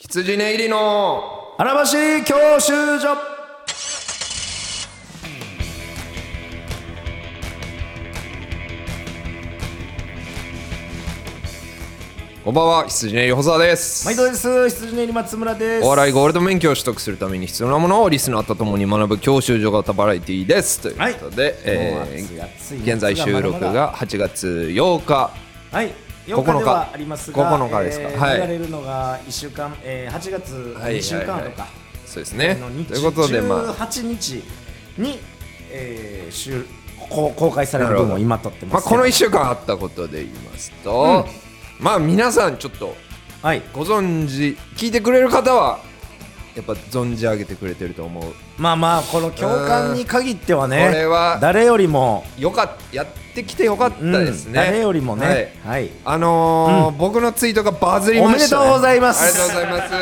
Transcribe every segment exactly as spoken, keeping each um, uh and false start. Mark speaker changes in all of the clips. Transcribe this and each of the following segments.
Speaker 1: 羊ね入りの
Speaker 2: 荒走り教習所。
Speaker 1: こんばんは、羊ね入り細田です。
Speaker 2: 毎度です。羊ね入り松村です。
Speaker 1: お笑いゴールド免許を取得するために必要なものをリスナーとともに学ぶ教習所型バラエティですということで、はいえー、現在収録がはちがつようか、
Speaker 2: はい、ようかではありますが、
Speaker 1: ここのかですか、
Speaker 2: えーはい、流れるのがいっしゅうかん、えー、はちがつにしゅうかんあるか、はいはいはい、
Speaker 1: そうですね。
Speaker 2: ということで、まあ、じゅうはちにちに、えー、週公開される分を今撮ってます、
Speaker 1: まあ、このいっしゅうかんあったことで言いますと、うん、まあ皆さんちょっとご存知、聞いてくれる方はやっぱ存じ上げてくれてると思う。
Speaker 2: まあまあこの共感に限ってはね、
Speaker 1: これは
Speaker 2: 誰よりも
Speaker 1: よかっやってきてよかったですね、うん、
Speaker 2: 誰よりもね、
Speaker 1: はい
Speaker 2: はい、
Speaker 1: あのーうん、僕のツイートがバズりました、ね、
Speaker 2: おめでとうございます。
Speaker 1: ありがとうございます。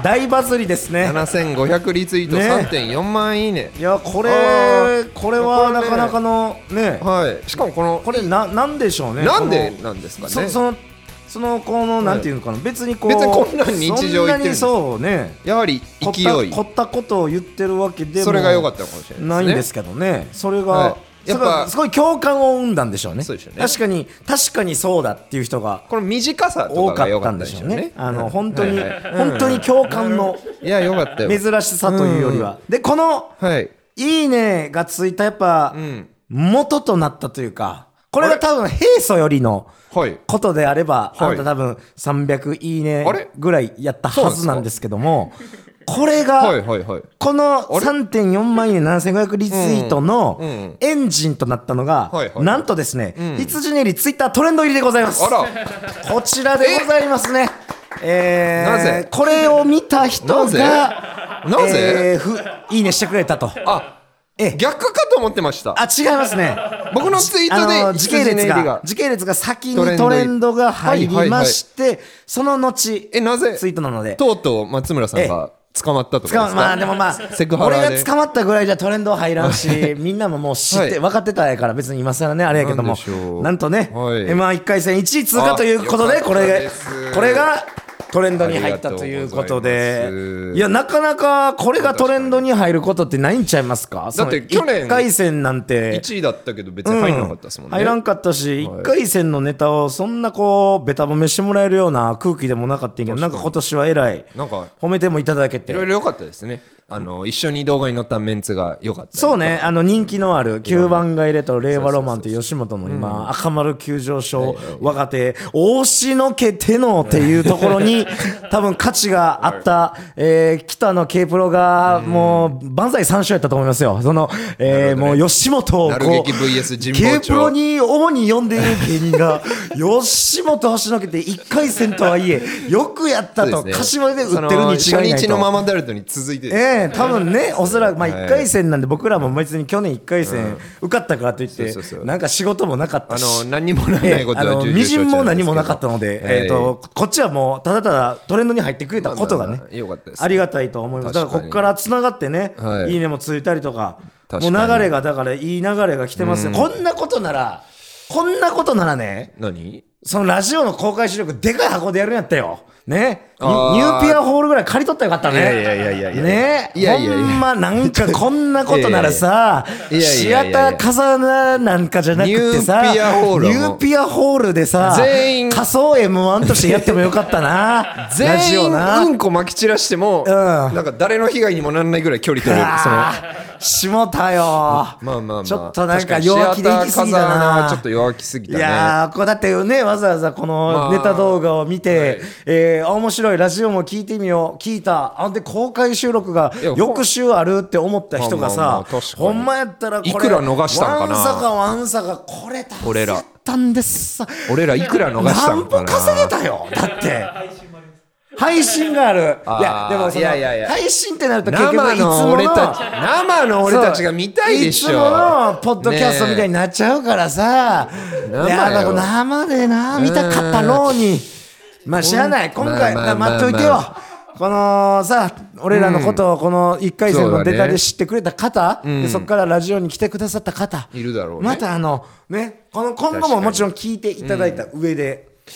Speaker 2: 大バズりですね。
Speaker 1: ななせんごひゃくリツイート、ね、さんてんよんまんいいね。
Speaker 2: いやこれこれはなかなかのね、
Speaker 1: はい、しかもこの
Speaker 2: これななんでしょうね。
Speaker 1: なんでなんですかね。
Speaker 2: そそのそのこのなんていうのかな、はい、別にこう
Speaker 1: 別にこんな日常言ってるんです。
Speaker 2: そうね、
Speaker 1: やはり勢い
Speaker 2: 凝ったことを言ってるわけでも
Speaker 1: それが良かったかもしれないですね。
Speaker 2: ないんですけどね。それが、はい、やっぱすごい共感を生んだんでしょうね。
Speaker 1: そうでしょうね。確
Speaker 2: かに確かにそうだっていう人が
Speaker 1: この短さとかが良かったんでしょうね。
Speaker 2: あの本当に、はいはい、本当に共感の
Speaker 1: いや良かったよ。
Speaker 2: 珍しさというよりは、でこの、はい、いいねがついたやっぱ、うん、元となったというか、これが多分平素よりのことであれば、はい、あなた多分さんびゃくいいねぐらいやったはずなんですけども、これが、はいはいはい、この さんてんよんまんいいねななせんごひゃくリツイートのエンジンとなったのが、うんうん、なんとですね、うん、羊ねりツイッタートレンド入りでございます。
Speaker 1: あら
Speaker 2: こちらでございますね。えー、
Speaker 1: なぜ
Speaker 2: これを見た人が
Speaker 1: なぜ、
Speaker 2: えー、ふいいねしてくれたと。
Speaker 1: あえ逆かと思ってました。
Speaker 2: あ違いますね。
Speaker 1: 僕のツイートで
Speaker 2: 時系列が時系列が先にトレンドが入りまして、はいはいはい、その後
Speaker 1: えなぜ
Speaker 2: ツイートなので
Speaker 1: とうとう松村さんが捕まったとかですか。
Speaker 2: まあでもまあ
Speaker 1: セクハラで
Speaker 2: 俺が捕まったぐらいじゃトレンド入らんしみんなももう知って、はい、分かってたやから別に今更ねあれやけども、なんとね、はい、エムワンいっかいせんいちい通過ということでこれこれがトレンドに入ったということで、いやなかなかこれがトレンドに入ることってないんちゃいますか。
Speaker 1: だって去年
Speaker 2: いっかいせんなんて
Speaker 1: いちいだったけど別に入らなかったですもんね、
Speaker 2: うん、入らんかったし、はい、いっかいせんのネタをそんなこうベタ褒めしてもらえるような空気でもなかったんけど、なんか今年はえらい褒めてもいただけて
Speaker 1: いろいろ良かったですね。あの一緒に動画に載ったメンツが良かった。
Speaker 2: そうね、あの人気のあるきゅうばん街レトロ令和ロマンという吉本の今、うん、赤丸急上昇若手大しのけてのっていうところに多分価値があった、えー、北野 K プロがもう万歳三唱やったと思いますよ。その、えーね、もう吉本をこう
Speaker 1: ブイエス 神保町
Speaker 2: K プロに主に呼んでいる芸人が吉本押しのけていっかいせんとはいえよくやったと、ね、柏で売ってるに違いないと。
Speaker 1: 初日のママダルトに続いて、
Speaker 2: えー多分ね、おそらくまあいっかいせんなんで僕らも別に去年いっかいせん受かったからといってなんか仕事もなかったし、
Speaker 1: あの何もないことは
Speaker 2: みじんも何もなかったので、えーとこっちはもうただただトレンドに入ってくれたことがねありがたいと思います。だからここからつながってね、いいねもついたりとか、もう流れがだからいい流れが来てますよ。こんなことならこんなことならね、
Speaker 1: 何
Speaker 2: そのラジオの公開収録でかい箱でやるんやったよね。ニューピアホールぐらい借り取ったらよかったね。
Speaker 1: いやいやいやいやいや
Speaker 2: ね
Speaker 1: いやいやいや
Speaker 2: ほんまなんかこんなことならさシアター風穴なんかじゃなくてさ
Speaker 1: ニューピアホール
Speaker 2: ニューピアホールでさ
Speaker 1: 全員
Speaker 2: 仮想 エムワン としてやってもよかったな
Speaker 1: 全員うんこまき散らしても、うん、なんか誰の被害にもならないぐらい距離取れる。その
Speaker 2: しもたよ。
Speaker 1: まあまあまあ
Speaker 2: ちょっとなんか弱気でいきすぎたな。
Speaker 1: ちょっと弱気すぎたね。
Speaker 2: いやーこれだってねわざわざこのネタ動画を見て、まあはいえー、面白いラジオも聞いてみよう聞いたあで公開収録が翌週あるって思った人がさ、まあまあまあほんまやったらこれ
Speaker 1: いくら逃したんかな。
Speaker 2: ワンサかワンサかこれ
Speaker 1: 俺ら
Speaker 2: たんですさ。
Speaker 1: 俺らいくら逃したんかな。
Speaker 2: 何歩稼げたよだって配信がある。いやでもその
Speaker 1: いやいやいや
Speaker 2: 配信ってなると結局いつもの
Speaker 1: 俺たち生の俺たちが見たいでしょ。
Speaker 2: いつものポッドキャストみたいになっちゃうからさ、ね、いやだから生でな見たかったのにまあ知らない今回、まあまあ、待っといてよ、まあまあまあこのさ俺らのことをこのいっかいせんのネタで知ってくれた方、うん、でそこからラジオに来てくださった方
Speaker 1: いるだろうね。
Speaker 2: またあのねこの今後ももちろん聞いていただいた上で、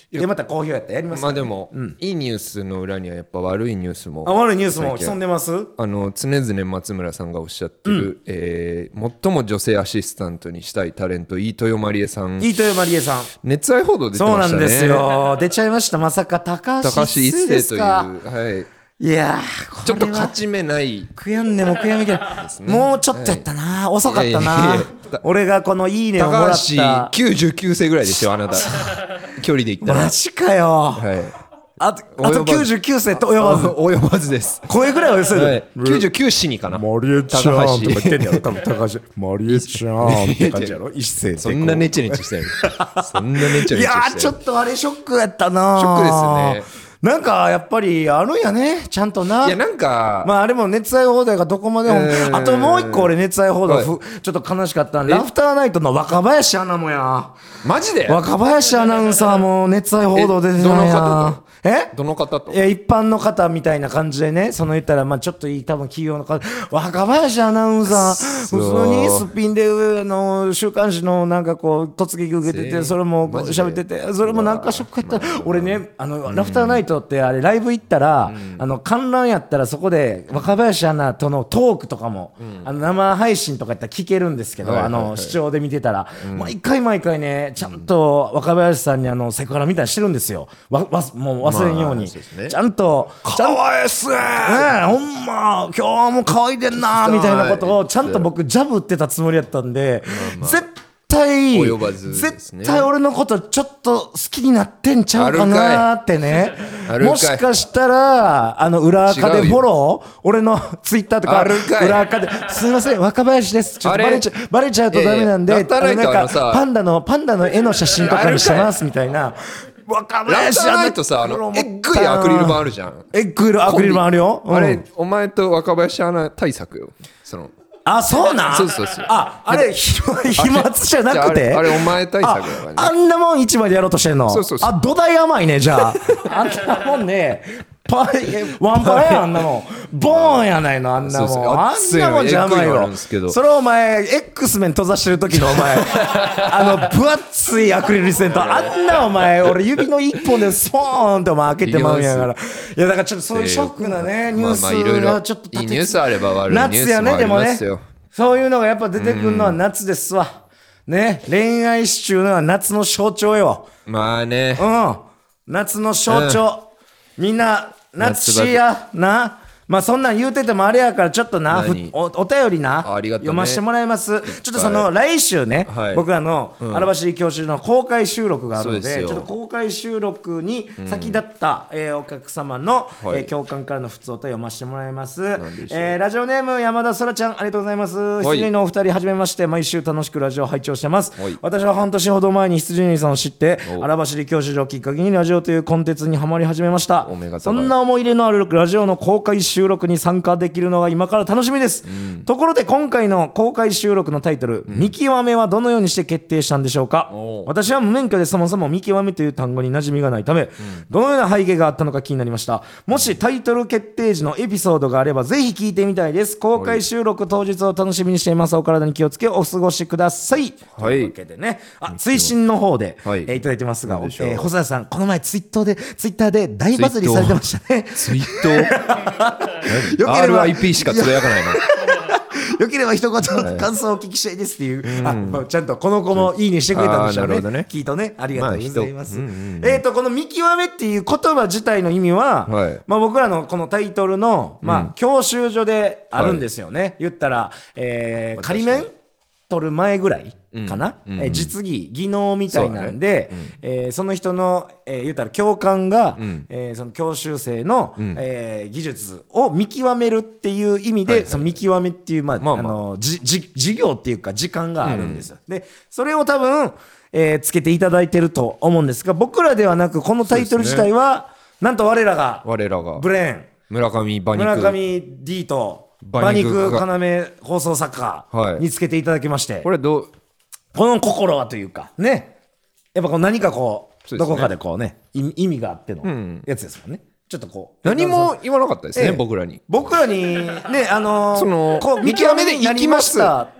Speaker 2: でまた好評やったらやりますか、
Speaker 1: まあでも、うん、いいニュースの裏にはやっぱ悪いニュースも
Speaker 2: あ悪いニュースも潜んでます。
Speaker 1: あの常々松村さんがおっしゃってる、うん、えー、最も女性アシスタントにしたいタレント飯豊まりえさん
Speaker 2: 飯豊まりえさん
Speaker 1: 熱愛報道出てましたね。
Speaker 2: そうなんですよ、出ちゃいました。まさか高橋一生ですか。
Speaker 1: 高橋一生という、はい、
Speaker 2: いや
Speaker 1: ちょっと勝ち目ない
Speaker 2: 悔やんでも悔やみけない、ね、もうちょっとやったな、はい、遅かったな。いやいやいや俺がこのいいねをもらった
Speaker 1: 高橋きゅうじゅうきゅうせいぐらいですよあなた距離で言ったら
Speaker 2: マジかよ、はい、あとあときゅうじゅうきゅうせいと及ばず
Speaker 1: 及ばずです。
Speaker 2: 声ぐらいは寄せる、はい、
Speaker 1: きゅうじゅうきゅう死にかな。
Speaker 2: マリエちゃんとか言ってんやろ多分高橋マリエちゃんって感じやろ一世
Speaker 1: そんなネチネチしてるそんなネチネチしてる。いや
Speaker 2: ーちょっとあれショックやったな。
Speaker 1: ショックですね。
Speaker 2: なんかやっぱりあるんやねちゃんとな。
Speaker 1: いやなんか
Speaker 2: まああれも熱愛報道がどこまでも、えー、あともう一個俺熱愛報道、はい、ちょっと悲しかったラフターナイトの若林アナもや。
Speaker 1: マジで
Speaker 2: 若林アナウンサーも熱愛報道出てないや。え
Speaker 1: どの方と。
Speaker 2: いや一般の方みたいな感じでね、その言ったらまあちょっといい多分企業の方、若林アナウンサー普通にすっぴんでの週刊誌のなんかこう突撃受けてて、それも喋ってて、それもなんかショックやった。俺ねあのラフターナイトってあれライブ行ったら、あの観覧やったらそこで若林アナとのトークとかも、あの生配信とかやったら聞けるんですけど、あの視聴で見てたら毎回毎回ねちゃんと若林さんにあのセクハラみたいにしてるんですよ。わわもう忘れんように、まあね、ちゃんと
Speaker 1: かわいすね
Speaker 2: ーほんま今日も可愛いでんなみたいなことをちゃんと僕ジャブ打ってたつもりやったんで、まあまあ、絶対及ばずですね、絶対俺のことちょっと好きになってんちゃうかなってね。もしかしたらあの裏垢でフォロー俺のツイッターとか裏垢ですいません若林ですちょっとバレちゃバレちゃうとダメなんで、えー、なんかパンダのパンダの絵の写真とかにしてますみたいな。
Speaker 1: 若林ラフターナイトさあのえっぐいアクリル板あるじゃん。
Speaker 2: えっぐいアクリル板あるよ、うん、
Speaker 1: あれお前と若林アナ対策よ。その
Speaker 2: あそうなん
Speaker 1: そうそうそう。
Speaker 2: ああれ飛沫じゃなくて
Speaker 1: あ, あ, れあれお前対策だからね。
Speaker 2: あんなもん一枚でやろうとしてんの。
Speaker 1: そうそうそう。
Speaker 2: あ土台甘いねじゃああんなもんねパワンパやあんなもんボーンやないのあんなもん。そうそうあんなもんじゃ甘いよ。それをお前 X メン閉ざしてる時のお前あの分厚いアクリル線とあんなお前俺指の一本でスポーンと開けてまうんやから。いやだからちょっとそういうショックなねニュースがちょっと
Speaker 1: いいニュースあれば悪いニュースもありますよ。夏やねでもね
Speaker 2: そういうのがやっぱ出てくるのは夏ですわね。恋愛シチューのは夏の象徴よ。
Speaker 1: まあね
Speaker 2: うん夏の象徴、うん、みんな夏やな。まあそんなん言うててもあれやからちょっとな お, お便りなありがとう、ね、読ませてもらいます。ちょっとその来週ね、はい、僕らの荒走り教習の公開収録があるの で,、うん、でちょっと公開収録に先立った、うんえー、お客様の、はいえー、共感からの普通お便り読ませてもらいます。えー、ラジオネーム山田そらちゃんありがとうございます。羊人のお二人はじめまして。毎週楽しくラジオを拝聴してます。はい、私は半年ほど前に羊人さんを知って荒走り教習所をきっかけにラジオというコンテンツにハマり始めました。そんな思い入れのあるラジオの公開収録に参加できるのが今から楽しみです、うん、ところで今回の公開収録のタイトル、うん、見極めはどのようにして決定したんでしょうか。私は無免許でそもそも見極めという単語に馴染みがないため、うん、どのような背景があったのか気になりました。もしタイトル決定時のエピソードがあればぜひ聞いてみたいです。公開収録当日を楽しみにしています。お体に気をつけお過ごしください、はい、というわけでねあ追伸の方で、はいえー、いただいてますが、えー、細田さんこの前ツイッターでツイッターで大バズりされてましたね。
Speaker 1: ツイッターよければ アールアイピー しかつぶやかないの。
Speaker 2: よければ一言感想をお聞きしたいですっていう、はい、あまあ、ちゃんとこの子もいいねしてくれたんでしょう ね, ねきっとねありがとうございます、まあうんうんうん、えーとこの見極めっていう言葉自体の意味は、はいまあ、僕らのこのタイトルの、まあうん、教習所であるんですよね、はい、言ったら、えー、仮免取る前ぐらいかな、うんうんうん、え実技技能みたいなんで そ,、ねうんえー、その人の、えー、言ったら教官が、うんえー、その教習生の、うんえー、技術を見極めるっていう意味で、はいはい、その見極めっていう、まあまあまあ、あのじじ授業っていうか時間があるんですよ、うん、でそれを多分、えー、つけていただいてると思うんですが僕らではなくこのタイトル自体は、ね、なんと我らが
Speaker 1: 我らが
Speaker 2: ブレーン
Speaker 1: 村上馬肉
Speaker 2: 村上 D と馬肉要放送作家につけていただきまして、はい、
Speaker 1: これどう
Speaker 2: この心はというかねやっぱこう何かこう、ね、どこかでこうね意味があってのやつですもんね、うん、ちょっとこう
Speaker 1: 何も言わなかったですね、ええ、僕らに
Speaker 2: 僕らにねあのー、
Speaker 1: そのこう見極めで行きました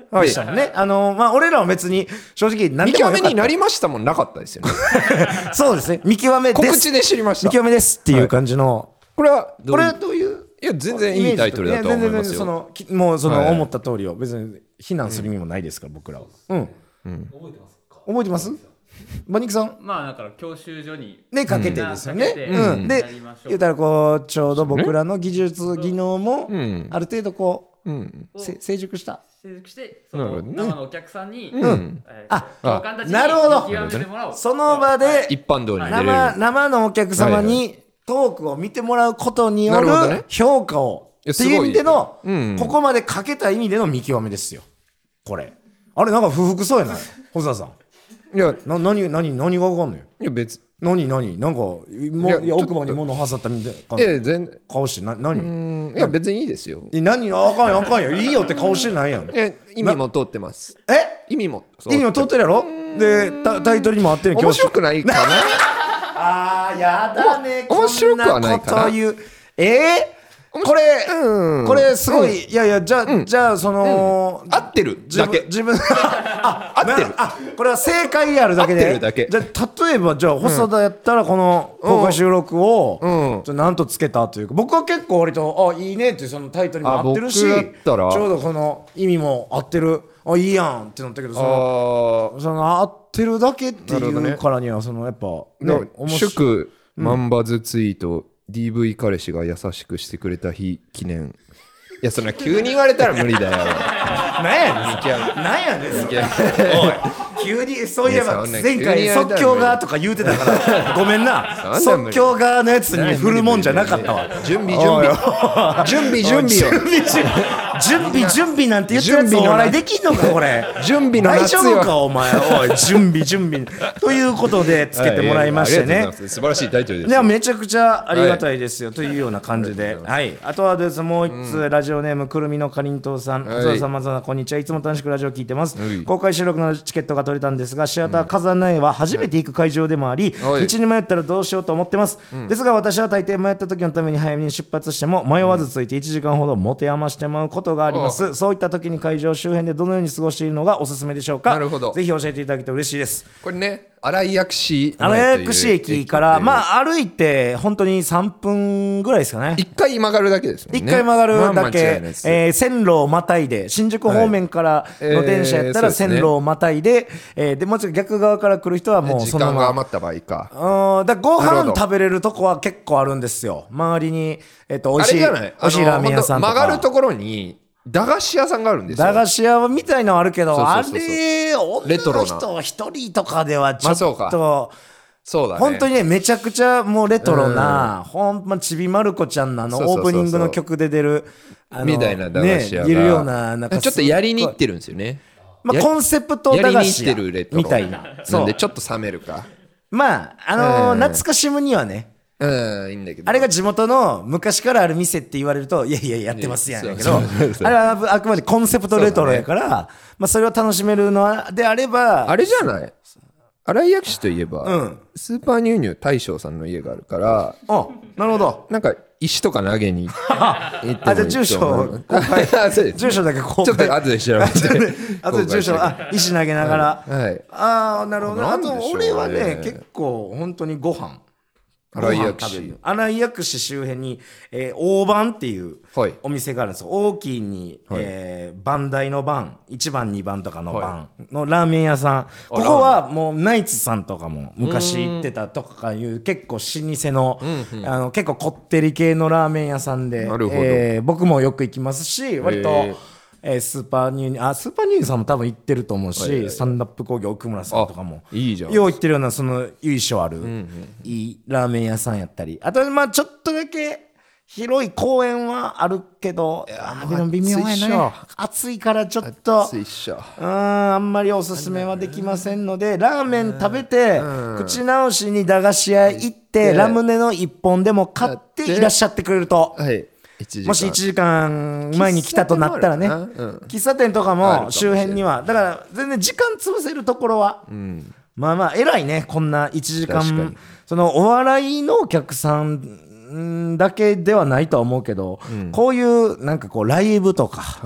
Speaker 2: でしたもんね、はい、あのー、まあ俺らは別に正直何でもよかった。
Speaker 1: 見極めになりましたもんなかったですよね
Speaker 2: そうですね、見極めです、
Speaker 1: 告知で知りました、
Speaker 2: 見極めですっていう感じの、はい、
Speaker 1: これは
Speaker 2: これはどういう、
Speaker 1: いや全然いいタイトルだと思いますよ。
Speaker 2: そのもうその思った通りを別に非難する意味もないですから、うん、僕らは、うんうん、覚えてますか？覚えてます？馬肉さん、
Speaker 3: まあだから教習所に
Speaker 2: ねかけてですよね、うんうん、で言ったらこうちょうど僕らの技術技能もある程度こう、うん、成熟した
Speaker 3: 成熟してその生のお客さんに、
Speaker 2: うん、えー、あ教官たちに見極めてもらおう、その場で
Speaker 1: 一般道に
Speaker 2: 生生のお客様にトークを見てもらうことによる評価をっていう意味での、うん、ここまでかけた意味での見極めですよこれ。あれなんか不服そうやない細田さん。いやな何何何が分かんない。
Speaker 1: いや別
Speaker 2: 何何なんかもいやいや奥歯に物挟ったみたいな、いや全顔してな何、
Speaker 1: うんいや別にいいですよ。
Speaker 2: え何あかんやあかんやいいよって顔してないやん。
Speaker 1: え意味も通ってます。
Speaker 2: え
Speaker 1: 意味も
Speaker 2: 意味も通ってるやろ。でタイトルにも合ってる。
Speaker 1: 面白くないかな
Speaker 2: あーやだね
Speaker 1: 面白くはないかな。
Speaker 2: こんなこと言うえーこれ、うん、これすごい、うん、いやいやじゃあ、うん、じゃあその、
Speaker 1: うん、合ってるだけ
Speaker 2: 自分あ合ってるあこれは正解あるだけで合ってるだけ。じゃあ例えばじゃあ細田やったらこの公開収録を、うん、なんとつけたというか、僕は結構割とあいいねっていうそのタイトルにも合ってるし、ちょうどこの意味も合ってるあいいやんってなったけど、そのその合ってるだけっていうからにはそのやっぱ
Speaker 1: ね祝万バズツイート、ディーブイ 彼氏が優しくしてくれた日記念。いやそんな急に言われたら無理だよ
Speaker 2: なんやねんなんやねんおい急にそういえば前回即興がとか言うてたからごめんな即興がのやつに振るもんじゃなかったわ。
Speaker 1: 準備準備準備準備よ
Speaker 2: 準備準備なんて言ってるやつお笑いできんのかこれ
Speaker 1: 準備の
Speaker 2: 夏よ大丈夫かお前おい準備準備ということでつけてもらいましてね、
Speaker 1: 素晴らしいタイトルです。
Speaker 2: いやめちゃくちゃありがたいですよ、はい、というような感じで、はい、あとはですもう一つ、うん、ラジオネームくるみのかりんとうさん、はい、細田さん松田さんこんにちは、いつも楽しくラジオ聞いてます、はい、公開収録のチケットが取れたんですがシアターカザナエは初めて行く会場でもあり、はい、道に迷ったらどうしようと思ってます、うん、ですが私は大抵迷った時のために早めに出発しても迷わずついていちじかんほど持て余してまうことがあります、うん、そういった時に会場周辺でどのように過ごしているのがおすすめでしょうか。
Speaker 1: なるほど、
Speaker 2: ぜひ教えていただけて嬉しいです。
Speaker 1: これね新井薬師
Speaker 2: 新井薬師駅からまあ歩いて本当にさんぷんぐらいですかね。
Speaker 1: 一回曲がるだけですもんね。一
Speaker 2: 回曲がるだけ、まあえー、線路をまたいで新宿方面からの電車やったら線路をまたいで、はいえーえー、でもちろん逆側から来る人はもうそのまま
Speaker 1: 時間が余った場合か。
Speaker 2: うんだご飯食べれるとこは結構あるんですよ周りに、えー、と美味しい美味しいラーメン屋さんとか
Speaker 1: 曲がるところに駄菓子屋さんがあるんですよ。
Speaker 2: 駄菓子屋みたいなのあるけど、あれ女の人一人とかではちょっと、まあ、そう
Speaker 1: そうだね、
Speaker 2: 本当にねめちゃくちゃもうレトロな、うん、ほんまちびまる子ちゃんのあのオープニングの曲で出る
Speaker 1: みたいな駄菓子屋が、
Speaker 2: ね、いるような、なんか
Speaker 1: ちょっとやりにいってるんですよね。
Speaker 2: まあ、コンセプト駄菓子屋みたいな、
Speaker 1: なんでちょっと冷めるか。
Speaker 2: まああのーうん、懐かしむにはね。
Speaker 1: うん、いいんだけど
Speaker 2: あれが地元の昔からある店って言われるといやいややってますやんやけど、あれはあくまでコンセプトレトロやから、ね、まあそれを楽しめるのであれば
Speaker 1: あれじゃない新井薬師といえば、うん、スーパーニューニュー大将さんの家があるから
Speaker 2: あなるほど
Speaker 1: なんか石とか投げに行ってもいいと思う。あじゃあ
Speaker 2: 住所住所だけ公開
Speaker 1: ちょっと後で調べて
Speaker 2: あとで住所あ石投げながら、はいはい、ああなるほど。あと俺はね結構本当にご飯
Speaker 1: 新井薬師
Speaker 2: 新井薬師周辺に、えー、大番っていうお店があるんですよ、はい、大きいに、はいえー、番台の番いちばんにばんとかの番のラーメン屋さん、はい、ここはもうナイツさんとかも昔行ってたとかいう結構老舗の、うんうん、あの結構こってり系のラーメン屋さんで、えー、僕もよく行きますし割と、えーえー、スーパーニューニューあスーパーニューニューさんも多分行ってると思うし、はいはいはい、スタンダップ工業奥村さんとかも
Speaker 1: いいじゃん
Speaker 2: よう行ってるようなその由緒ある、うんうん、いいラーメン屋さんやったりあとまあちょっとだけ広い公園はあるけどあでも微妙やね暑いからちょっと
Speaker 1: 暑いっしょ
Speaker 2: うんあんまりおすすめはできませんのでラーメン食べて口直しに駄菓子屋行ってラムネのいっぽんでも買っていらっしゃってくれるとはいもしいちじかんまえに来たとなったらね、うん、喫茶店とかも周辺にはだから全然時間潰せるところは、うん、まあまあ偉いねこんないちじかんそのお笑いのお客さんだけではないとは思うけど、うん、こういうなんかこうライブとか、はい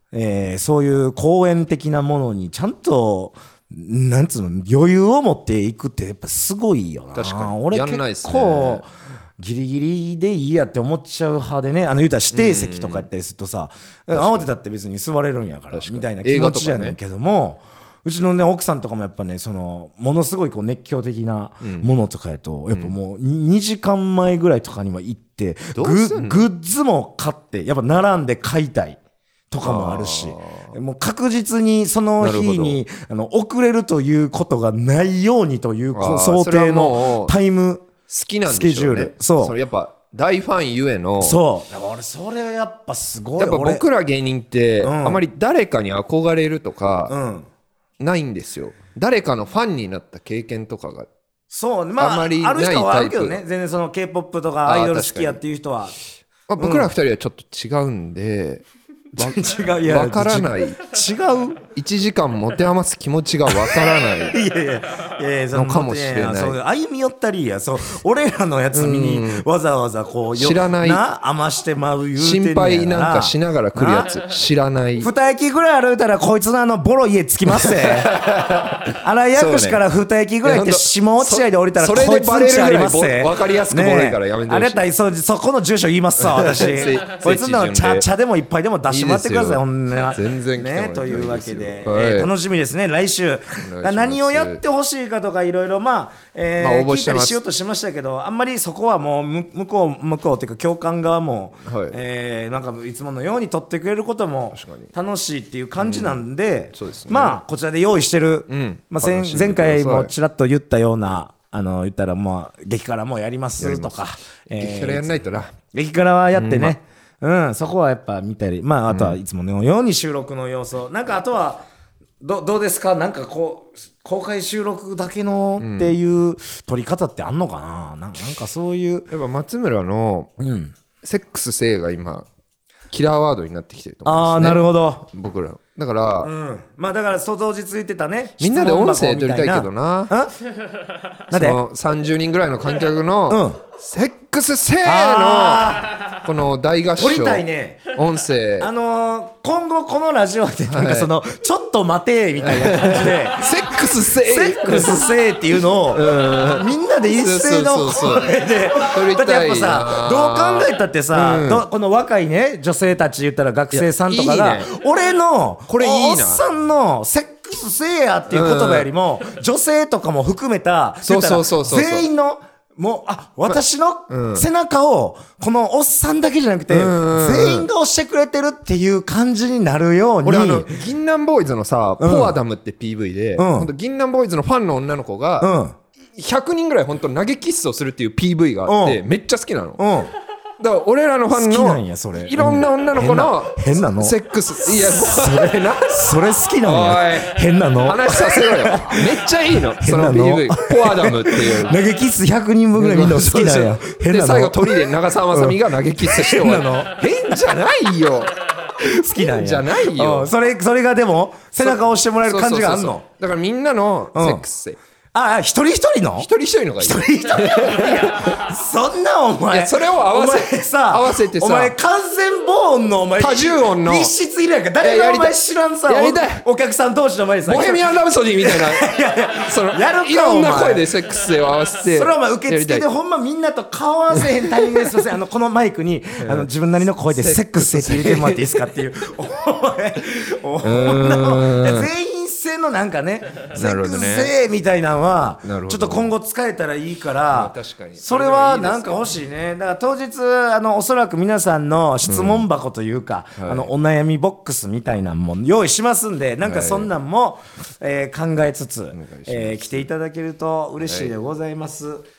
Speaker 2: えー、そういう公演的なものにちゃんとなんつうの余裕を持っていくってやっぱすごいよな。
Speaker 1: 確かに
Speaker 2: 俺結構ギリギリでいいやって思っちゃう派でね、あの言うたら指定席とかやったりするとさ、慌てたって別に座れるんやからみたいな気持ちじゃねんけども、うちのね奥さんとかもやっぱねそのものすごいこう熱狂的なものとかやと、やっぱもうにじかんまえぐらいとかには行ってグッズも買ってやっぱ並んで買いたいとかもあるし、もう確実にその日にあの遅れるということがないようにという想定のタイムスケジュール。
Speaker 1: そうそれやっぱ大ファンゆえの。
Speaker 2: そう俺それやっぱすごい。
Speaker 1: やっぱ僕ら芸人ってあまり誰かに憧れるとかないんですよ。誰かのファンになった経験とかが
Speaker 2: そうまあある人はあるけどね、全然その K-ポップ とかアイドル好きやっていう人は、
Speaker 1: まあ、僕ら二人はちょっと違うんで違ういや分からない。違ういちじかん持て余す気持ちが分からないいやいやいやのかもしれない。
Speaker 2: そう歩み寄ったりや、そう俺らのやつ見にわざわざこう
Speaker 1: 知らない
Speaker 2: な余してまう言うてんね
Speaker 1: やから、心配なんかしながら来るやつ知らない。
Speaker 2: 二駅ぐらい歩いたらこいつのあのボロ家着きますぜ新井薬師から二駅ぐらいって下落合で降りたらこいつの家ありますぜ。
Speaker 1: 分かりやすくボロいからやめてほしい。
Speaker 2: あれだったらそこの住所言いますさ私こいつの茶茶でもいっぱいでも出してもらってください。ほんな
Speaker 1: 全然来てもら
Speaker 2: ねというわけで、
Speaker 1: はい
Speaker 2: えー、楽しみですね来週何をやってほしいかとかいろいろまあ、えーまあ、応募してます。聞いたりしようとしましたけど、あんまりそこはもう向こう向こうっていうか教官側も、はいえー、なんかいつものように取ってくれることも楽しいっていう感じなんで、うんでね、まあこちらで用意してる、うんまあ、前, 前回もちらっと言ったようなあの言ったらもう激辛もやりますとか、
Speaker 1: えー、激辛やんないとな。
Speaker 2: 激辛はやってね、うんうん、そこはやっぱ見たり、まああとはいつものように収録の様子をなんかあとはど, どうですか、なんかこう公開収録だけのっていう撮り方ってあんのかな、うん、なんかそういう
Speaker 1: やっぱ松村のセックス性が今キラーワードになってきてると思うんですね。
Speaker 2: ああなるほど。
Speaker 1: 僕らだから、うん、
Speaker 2: まあだから当日言ってたね、
Speaker 1: みんなで音声撮りたいけどな。なんでそのさんじゅうにんぐらいの観客の、うん、セックス性のこの大合唱
Speaker 2: 撮りたいね
Speaker 1: 音声。
Speaker 2: あのー、今後このラジオでなんかその、はい、ちょっと待てみたいな感じで
Speaker 1: セックス性
Speaker 2: セックス性っていうのを、うん、みんなで一斉の声でだってやっぱさどう考えたってさ、うん、どこの若いね女性たち言ったら学生さんとかがいい、ね、俺の
Speaker 1: これいいな
Speaker 2: おっさんのセックスせえやっていう言葉よりも、うん、女性とかも含めた全員のもうあ私の背中をこのおっさんだけじゃなくて全員が押してくれてるっていう感じになるように。
Speaker 1: 俺あの銀杏ボーイズのさ、うん、ポアダムって ピーブイ で、うん、ほんと銀杏ボーイズのファンの女の子が、うん、ひゃくにんぐらい本当投げキッスをするっていう ピーブイ があって、うん、めっちゃ好きなの、うんだから俺らのファンのいろんな女の子の
Speaker 2: 変なの
Speaker 1: セックスいや
Speaker 2: それなそれ好きなの変なの
Speaker 1: 話させろよめっちゃいいのその ピーブイ ポアダムっていう
Speaker 2: 投げキッスひゃくにんぶんぐらいみんな好きなんや変なの。
Speaker 1: で最後鳥で長澤まさみが投げキッスして終わるの変じゃないよ
Speaker 2: 好きなんや
Speaker 1: じゃないよ
Speaker 2: それそれがでも背中を押してもらえる感じがあんの。
Speaker 1: だからみんなのセックス性
Speaker 2: ああ一人一人の
Speaker 1: 一人一人のがいい。一人一人い
Speaker 2: やそんなお前
Speaker 1: それを合わせ
Speaker 2: さ
Speaker 1: 合わせてさ
Speaker 2: お前完全防音のお前
Speaker 1: 多重音の
Speaker 2: 密室いるやんか。誰がお前知らんさ
Speaker 1: やりたい
Speaker 2: お客さん同士の前にさ
Speaker 1: ボヘミアン・ラプソディみたいない
Speaker 2: やいやそのやるか
Speaker 1: いろんな声でセックス性を合わせて
Speaker 2: それはお前受付でほんまみんなと顔合わせへんタイミングですいませんあのこのマイクにあの自分なりの声でセックス性って入れてもらっていいですかっていうお前お前全員性のなんかねセックス性みたいなのはちょっと今後使えたらいいから、まあ、確かにそれはなんか欲しいね。だから当日あのおそらく皆さんの質問箱というか、うんはい、あのお悩みボックスみたいなのも用意しますんでなんかそんなんも、はいえー、考えつつ、えー、来ていただけると嬉しいでございます、はい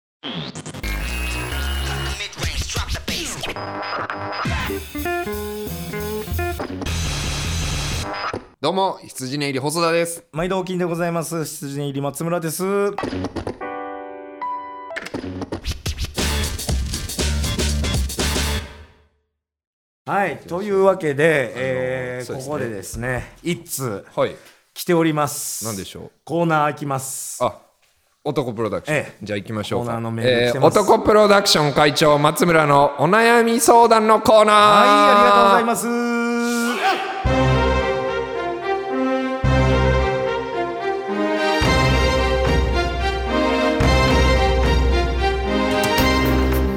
Speaker 1: どうも羊ね入り細田です。
Speaker 2: 毎度お金でございます。羊ね入り松村です。はいというわけで、えー、ここでですね一通、はい、来ております。
Speaker 1: 何でしょう。
Speaker 2: コーナー開きます。
Speaker 1: あ男プロダクション、ええ、じゃあ行きましょうか。
Speaker 2: コーナーのメール来てます。
Speaker 1: えー、男プロダクション会長松村のお悩み相談のコーナー。
Speaker 2: はいありがとうございます。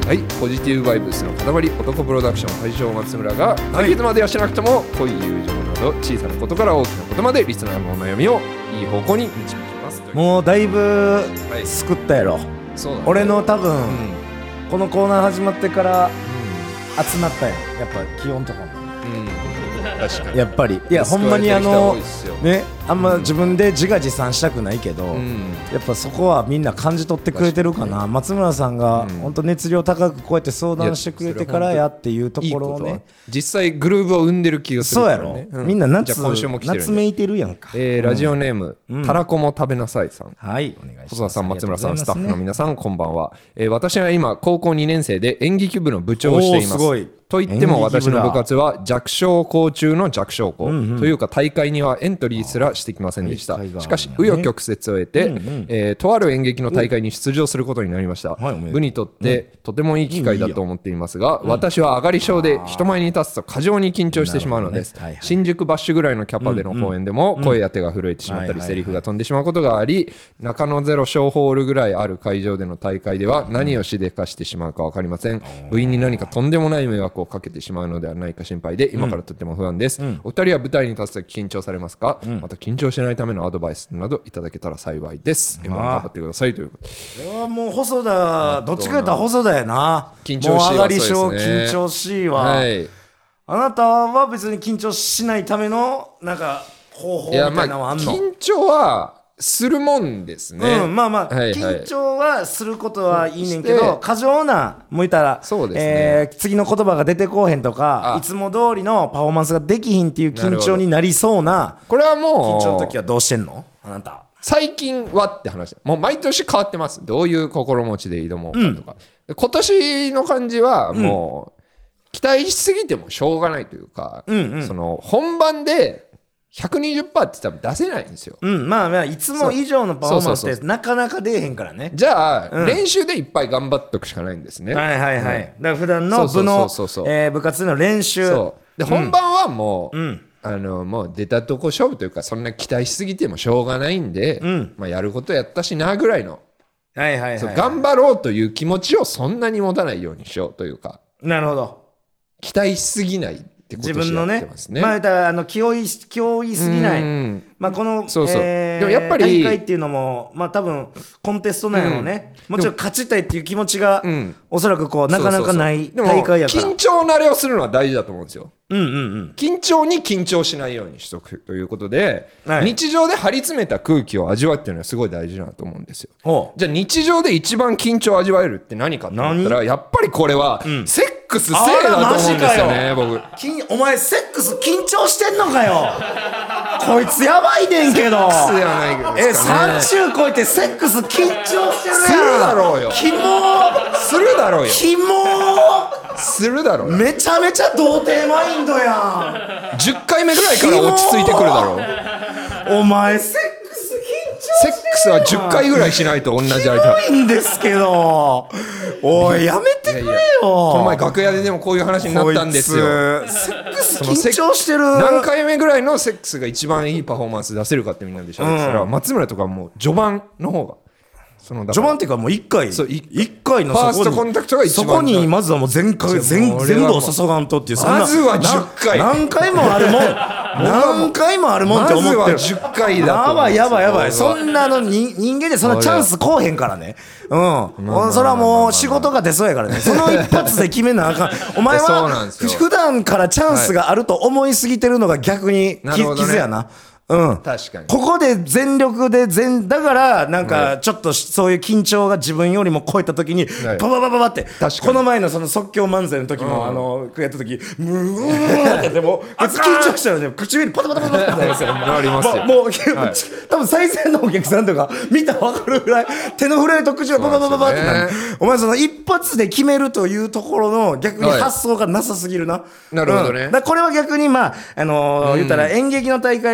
Speaker 1: はい、ポジティブバイブスの塊男プロダクション会長松村が解決まではしなくとも恋友情など小さなことから大きなことまでリスナーのお悩みをいい方向に導きます。
Speaker 2: もうだいぶ救ったやろ、はい、そうだね、俺の多分、うん、このコーナー始まってから、うん、集まったよやっぱ気温とかも、うん、確かにやっぱりいやほんまにあのねあんま自分で自画自賛したくないけど、うん、やっぱそこはみんな感じ取ってくれてるかな、ね、松村さんが本当熱量高くこうやって相談してくれてからやっていうところをね、いい
Speaker 1: 実際グルーヴを生んでる気がするから、ね、
Speaker 2: そうやろ、うん、みんな夏夏めいてるやんか、
Speaker 1: えー、ラジオネーム、うん、たらこも食べなさいさん、
Speaker 2: はい、お願いします。
Speaker 1: 細田さん、松村さん、スタッフの皆さんこんばんは、えー、私は今高校にねん生で演劇部の部長をしています。
Speaker 2: すごい
Speaker 1: と言っても私の部活は弱小校中の弱小校、うんうん、というか大会にはエントリーすらしてきませんでした。しかし紆余曲折を得て、うんうんえー、とある演劇の大会に出場することになりました。部にとってとてもいい機会だと思っていますが、うん、私は上がり症で人前に立つと過剰に緊張してしまうのです、ねはいはい、新宿バッシュぐらいのキャパでの公演でも声や手が震えてしまったりセリフが飛んでしまうことがあり、中野ゼロ小ホールぐらいある会場での大会では何をしでかしてしまうか分かりません。部員に何かとんでもない迷惑をかけてしまうのではないか心配で今からとても不安です、うん、お二人は舞台に立つとき緊張されますか、うん、また緊張しないためのアドバイスなどいただけたら幸いです。頑張ってくださいということで、
Speaker 2: これはもう細田どっちかというと細田やな。
Speaker 1: 緊張しいはそうですね。
Speaker 2: もう上がり症緊張しいは、はい、あなたは別に緊張しないためのなんか方法みたいなのはあんの？
Speaker 1: いや、まあ、緊張はするもんですね、
Speaker 2: うん、まあまあ、はいはい、緊張はすることはいいねんけど、過剰なもう言ったらそうですね、えー、次の言葉が出てこうへんとかいつも通りのパフォーマンスができひんっていう緊張になりそうな。
Speaker 1: これはもう
Speaker 2: 緊張の時はどうしてんのあなた？
Speaker 1: 最近はって話、もう毎年変わってます。どういう心持ちで挑もうかとか、うん、今年の感じはもう、うん、期待しすぎてもしょうがないというか、うんうん、その本番でひゃくにじゅっパーセント って多分出せないんですよ、
Speaker 2: うん、まあまあいつも以上のパフォーマンスってなかなか出えへんからね。
Speaker 1: じゃあ、うん、練習でいっぱい頑張っとくしかないんですね。
Speaker 2: はいはいはい、うん、だから普段の部の部活の練習
Speaker 1: そうで、うん、本番はもう、うん、あのもう出たとこ勝負というか、そんな期待しすぎてもしょうがないんで、うんまあ、やることやったしなぐらいの、
Speaker 2: はいはいはいはい、
Speaker 1: そう頑張ろうという気持ちをそんなに持たないようにしようというか。
Speaker 2: なるほど。
Speaker 1: 期待しすぎないってことをやってますね。
Speaker 2: まあ、だあの気負い気負いすぎない、まあ、この
Speaker 1: そうそう、
Speaker 2: えー、でもやっぱり大会っていうのも、まあ、多分コンテストなんやろうね、うん、もちろん勝ちたいっていう気持ちが、うん、おそらくこうなかなかない大会やから。
Speaker 1: 緊張慣れをするのは大事だと思うんですよ、
Speaker 2: うんうんうん、
Speaker 1: 緊張に緊張しないようにしとくということで、はい、日常で張り詰めた空気を味わうっていうのはすごい大事だと思うんですよ。じゃあ日常で一番緊張を味わえるって何かと思ったら、やっぱりこれは、うん、セックスせいだと思うんですよね。僕
Speaker 2: お前セックス緊張してんのかよこいつやばいねんけど。セックスではないけど、ね、えさんじゅう超えてセックス緊張してるやん。す
Speaker 1: るだろうよ。
Speaker 2: キモ
Speaker 1: するだろうよ。
Speaker 2: キモ
Speaker 1: するだろうよ。
Speaker 2: めちゃめちゃ童貞マインドや
Speaker 1: ん。じゅっかいめぐらいから落ち着いてくるだろう。
Speaker 2: お前セックス緊張してるやん。
Speaker 1: セックスはじゅっかいぐらいしないと同じ相手。
Speaker 2: キモいんですけどおいやめてくれよ。いやいや
Speaker 1: この前楽屋ででもこういう話になったんですよ。
Speaker 2: セックス緊張してる。
Speaker 1: 何回目ぐらいのセックスが一番いいパフォーマンス出せるかってみんなでしょ、うん、ら松村とかもう序盤の方がその
Speaker 2: 序盤っていうかもういっかい
Speaker 1: そう
Speaker 2: いっかいの
Speaker 1: ファーストコンタクトが一番
Speaker 2: そこにまずはもう全回全全部を注がんとっていう。
Speaker 1: まずはじゅっかい
Speaker 2: 何回もあるもん何回もあるもんって思ってる。
Speaker 1: まずはじゅっかいだと
Speaker 2: やばいやばいやばい。そんなのに人間でそんなチャンスこうへんからね。うんそれはもう仕事が出そうやからね。その一発で決めなあかん。お前は普段からチャンスがあると思いすぎてるのが逆に傷やな。うん、
Speaker 1: 確かに
Speaker 2: ここで全力で全だからなんかちょっとそういう緊張が自分よりも超えた時にバババババってこの前のその即興漫才の時もあのやった時ムーってでも緊張したらね唇パタパタパタってなりますよ。
Speaker 1: ありますよ。
Speaker 2: もう多分最前のお客さんとか見たら分かるぐらい手の震えと口がバババババってなる。お前その一発で決めるというところの逆に発想がなさすぎるな。
Speaker 1: なるほどね。
Speaker 2: だこれは逆にまああの言ったら演劇の大会が例えば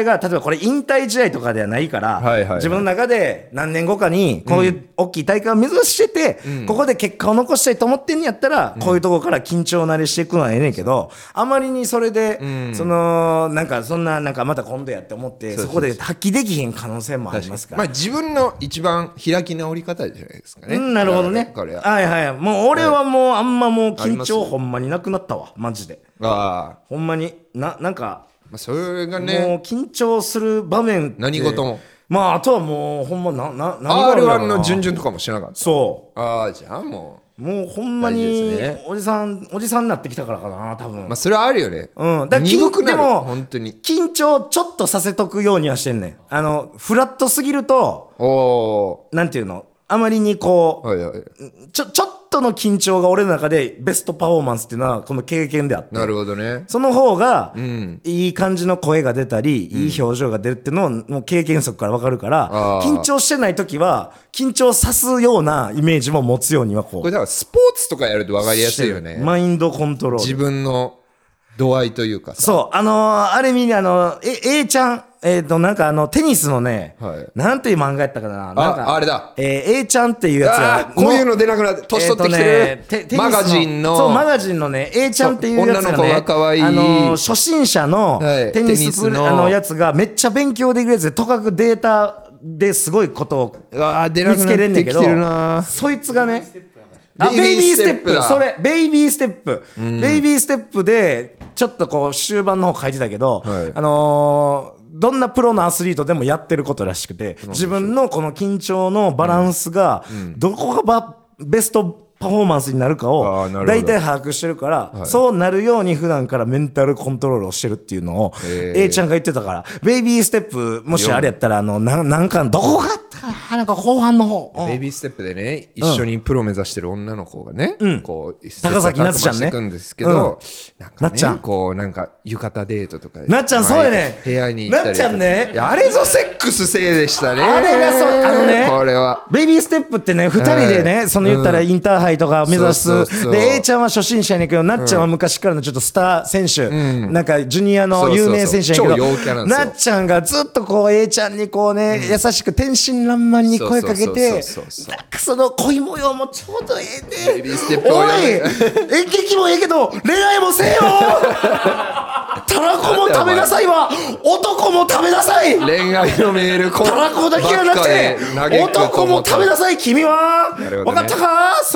Speaker 2: これ引退試合とかではないから、はいはいはい、自分の中で何年後かにこういう大きい大会を目指してて、うん、ここで結果を残したいと思ってんやったら、うん、こういうところから緊張慣れしていくのはええねんけど、あまりにそれで、うん、そのなんかそんななんかまた今度やって思ってそこで発揮できへん可能性もありますから、
Speaker 1: まあ、自分の一番開き直り方じゃないですかね、
Speaker 2: うん、なるほどね。これははいはい、もう俺はもうあんまもう緊張ほんまになくなったわマジで。ああほんまにななんか、
Speaker 1: まあ、それがね
Speaker 2: もう緊張する場面って
Speaker 1: 何事も
Speaker 2: まああとはもうほんまなな
Speaker 1: 何がある アールワン の準々とかもしなかった。
Speaker 2: そう
Speaker 1: ああじゃあもう
Speaker 2: もうほんまにおじさん、おじさんになってきたからかな多分。
Speaker 1: まあそれはあるよね。
Speaker 2: うん。だから鈍くなる。でも
Speaker 1: 本当に
Speaker 2: 緊張ちょっとさせとくようにはしてんねん。あのフラットすぎると、おなんていうの、あまりにこう、はいはい、ちょちょっとの緊張が俺の中でベストパフォーマンスっていうのはこの経験であって。
Speaker 1: なるほどね。
Speaker 2: その方が、うん、いい感じの声が出たり、うん、いい表情が出るっていうのをもう経験則から分かるから、緊張してない時は緊張さすようなイメージも持つようにはこう。
Speaker 1: これだからスポーツとかやると分かりやすいよね。
Speaker 2: マインドコントロール。
Speaker 1: 自分の度合いというかさ。
Speaker 2: そう。あのー、あれ見にあの、え、A ちゃん、えっと、なんかあの、テニスのね、はい、なんていう漫画やったかな。なんか
Speaker 1: あ、あれだ。
Speaker 2: えー、A ちゃんっていうやつが。
Speaker 1: こういうの出なくなって、年取ってきてる、えーね、マガジンの。
Speaker 2: そう、マガジンのね、A ちゃんっていうやつがね、
Speaker 1: 女の子が可愛い。
Speaker 2: あのー、初心者のテニスの、はい、あのやつがめっちゃ勉強できるやつで、とかくデータですごいことを見つけれんねんけど、そいつがね、あ、ベイビーステップ、それ、ベイビーステップ、うん、ベイビーステップで、ちょっとこう終盤の方書いてたけど、はい、あのー、どんなプロのアスリートでもやってることらしくて、自分のこの緊張のバランスが、どこがバベストパフォーマンスになるかを大体把握してるから、はい、そうなるように普段からメンタルコントロールをしてるっていうのを A ちゃんが言ってたから、ベイビーステップもしあれやったらあのななんかどこがなんか後半の方
Speaker 1: ベイビーステップでね一緒にプロ目指してる女の子がね、
Speaker 2: うん、
Speaker 1: こう
Speaker 2: 高崎夏ちゃんね
Speaker 1: 行くんですけど、
Speaker 2: うん、なんかねなっちゃん
Speaker 1: こうなんか浴衣デートとか
Speaker 2: なっちゃんそうやね
Speaker 1: 部屋に行ったり
Speaker 2: なっちゃんね
Speaker 1: いやあれぞセックスせいでしたね
Speaker 2: あれがそうあのね
Speaker 1: これは
Speaker 2: ベイビーステップってねふたりでね、はい、その言ったらインターハイとか目指す、うん、そうそうそうで A ちゃんは初心者やねんけどなっちゃんは昔からのちょっとスター選手、うん、なんかジュニアの有名選手やねんけど、そうそうそうなっちゃんがずっとこう A ちゃんにこうね、うん、優しく天真爛漫に声かけてなんかその恋模様もちょうどええねおい演劇もええけど恋愛もせえよたらこも食べなさいわ男も食べなさい
Speaker 1: 恋愛のメール
Speaker 2: たらこだけじゃなくて男も食べなさい君は、ね、分かったかそ、うん、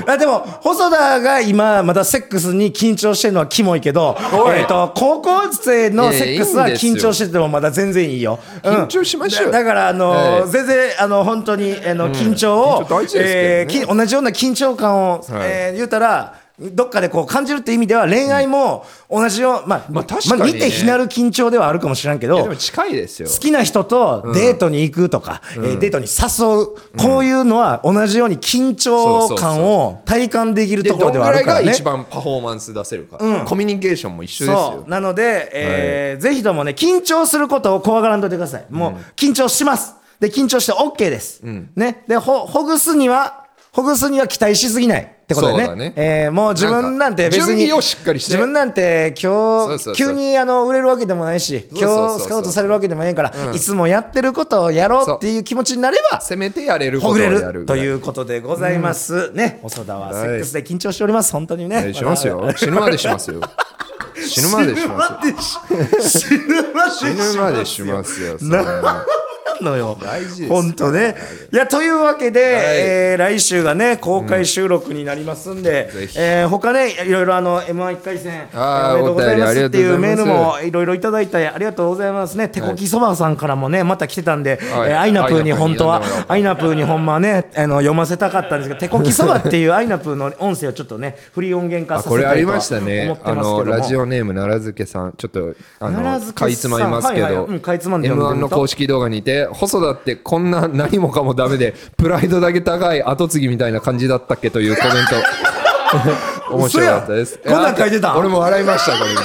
Speaker 2: あでも細田が今まだセックスに緊張してるのはキモいけど、えー、と高校生のセックスは緊張しててもまだ全然いいよ、
Speaker 1: うん、緊張しましょう
Speaker 2: だ, だからあのーはい、全然あの本当にあの緊張を、うん緊張えー、同じような緊張感を、はいえー、言うたらどっかでこう感じるって意味では恋愛も同じよう、まあ、まあ確かにね、まあ、似て非なる緊張ではあるかもしれんけど、
Speaker 1: でも近いですよ。
Speaker 2: 好きな人とデートに行くとか、うんえー、デートに誘う、うん、こういうのは同じように緊張感を体感できるところではあるからね。
Speaker 1: どんぐらいが一番パフォーマンス出せるか、うん、コミュニケーションも一緒ですよ。
Speaker 2: そうなので、えーはい、ぜひともね緊張することを怖がらんといてください。もう、うん、緊張します。で緊張して OK です、うんね、でほほぐすにはほぐすには期待しすぎないってことでね。そうだね、えー、もう自分なんて別に
Speaker 1: 準備をしっかりして
Speaker 2: 自分なんて今日そうそうそう急にあの売れるわけでもないし今日スカウトされるわけでもないから、うん、いつもやってることをやろうっていう気持ちになれば
Speaker 1: せめてやれることをやる
Speaker 2: ほぐれるということでございます、うん、ね。細田はセックスで緊張しております本当にね、
Speaker 1: はい、しますよ死ぬまでしますよ死ぬまでします
Speaker 2: 死ぬまで
Speaker 1: 死ぬまでしますよ
Speaker 2: のよ本当ね。いやというわけで、はいえー、来週がね公開収録になりますんで、うんえー、他ねいろいろあの エムワンいっかい戦あおめでとうございますっていうメールもいろいろいただいてありがとうございますね。手こきそばさんからもねまた来てたんで、はいえー、アイナプーに本当はアイナプーにほんまはねあの読ませたかったんですけど手こきそばっていうアイナプーの音声をちょっとねフリー音源化させたいとは思ってますけども、これありましたね。あの
Speaker 1: ラジオネーム奈良漬さんちょっとあのかいつまいますけど、はいはいうん、エムワン の公式動画にて細田ってこんな何もかもダメでプライドだけ高い後継ぎみたいな感じだったっけというコメント面白かったです。
Speaker 2: こんなん書いてた。
Speaker 1: 俺も笑いましたこれ、うん、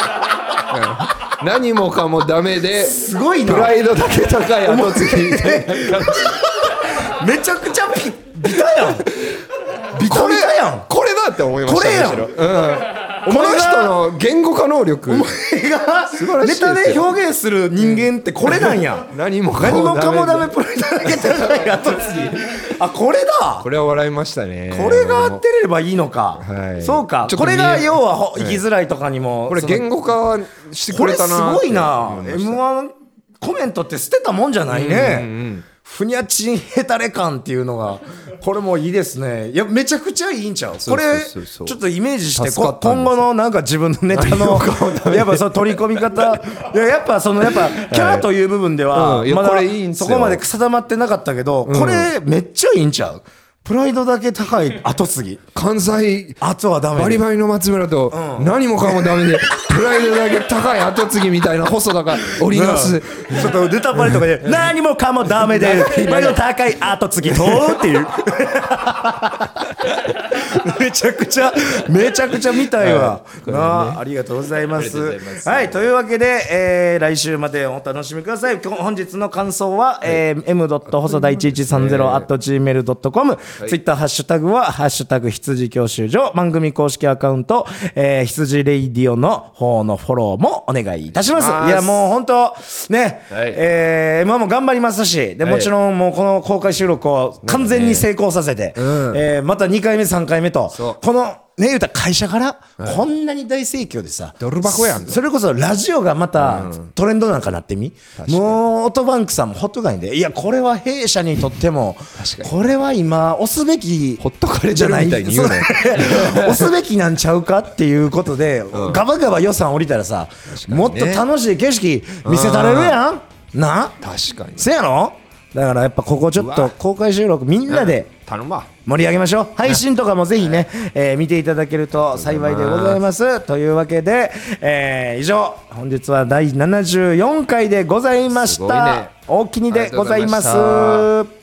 Speaker 1: 何もかもダメですごいなプライドだけ高い後継ぎみたいな感
Speaker 2: じめちゃくちゃビタやんビタビタやん
Speaker 1: これだって思いました。
Speaker 2: これやん、うん
Speaker 1: この人の言語化能力
Speaker 2: お前が
Speaker 1: 素晴らしいですよ。
Speaker 2: ネタで表現する人間ってこれなんや、
Speaker 1: うん、何もか
Speaker 2: 何もかもダメ
Speaker 1: で
Speaker 2: プライドだけ高い後継ぎあこれだ
Speaker 1: これは笑いましたね。
Speaker 2: これが合ってればいいのか、
Speaker 1: はい、
Speaker 2: そうか
Speaker 1: ちょっと見え
Speaker 2: これが要は生きづらいとかにも、
Speaker 1: これ言語化してくれたな。
Speaker 2: これすごいな。 エムワン コメントって捨てたもんじゃないね、うんうんうん、ふにゃちんへたれ感っていうのがこれもいいですね。いやめちゃくちゃいいんちゃうこれ。ちょっとイメージして今後のなんか自分のネタのやっぱその取り込み方いややっぱそのやっぱキャラという部分ではまだそこまで定まってなかったけど、これめっちゃいいんちゃう。プライドだけ高い後継ぎ
Speaker 1: 関西
Speaker 2: あとはダメ
Speaker 1: バリバリの松村と何もかもダメでプライドだけ高い後継ぎみたいな細田が織りなす、
Speaker 2: ちょっとネタバレとかで何もかもダメでプライド高い後継ぎとっていうめちゃくちゃめちゃくちゃ見たいわ、はいね、あ, ありがとうございます。はい、というわけで、えー、来週までお楽しみください。本日の感想は、はい、えー、エム 細田いちいちさんゼロ アット ジーメール ドットコム、ツイッターハッシュタグはハッシュタグ羊教習所、番組公式アカウント、えー、羊レイディオの方のフォローもお願いいたします。いやもう本当ね、はい、えー、エムワン も頑張りますし、でもちろんもうこの公開収録を完全に成功させて、ね、うん、えー、またにかいめさんかいめとこのね言うたら会社からこんなに大盛況でさ、
Speaker 1: ドル箱やん。
Speaker 2: それこそラジオがまたトレンドなんかなってみ、もうオートバンクさんもほっとかいんで、いやこれは弊社にとってもこれは今押すべき
Speaker 1: ほっとかれちゃうみたいに言うね
Speaker 2: 押すべきなんちゃうかっていうことで、うん、ガバガバ予算降りたらさ、ね、もっと楽しい景色見せたれるやんな。
Speaker 1: 確かに
Speaker 2: せやろ。だからやっぱここちょっと公開収録みんなで
Speaker 1: 頼むわ
Speaker 2: 盛り上げましょう。配信とかもぜひね、えー、見ていただけると幸いでございます。というわけで、えー、以上本日はだいななじゅうよんかいでございました。すごいね、大きにでございます。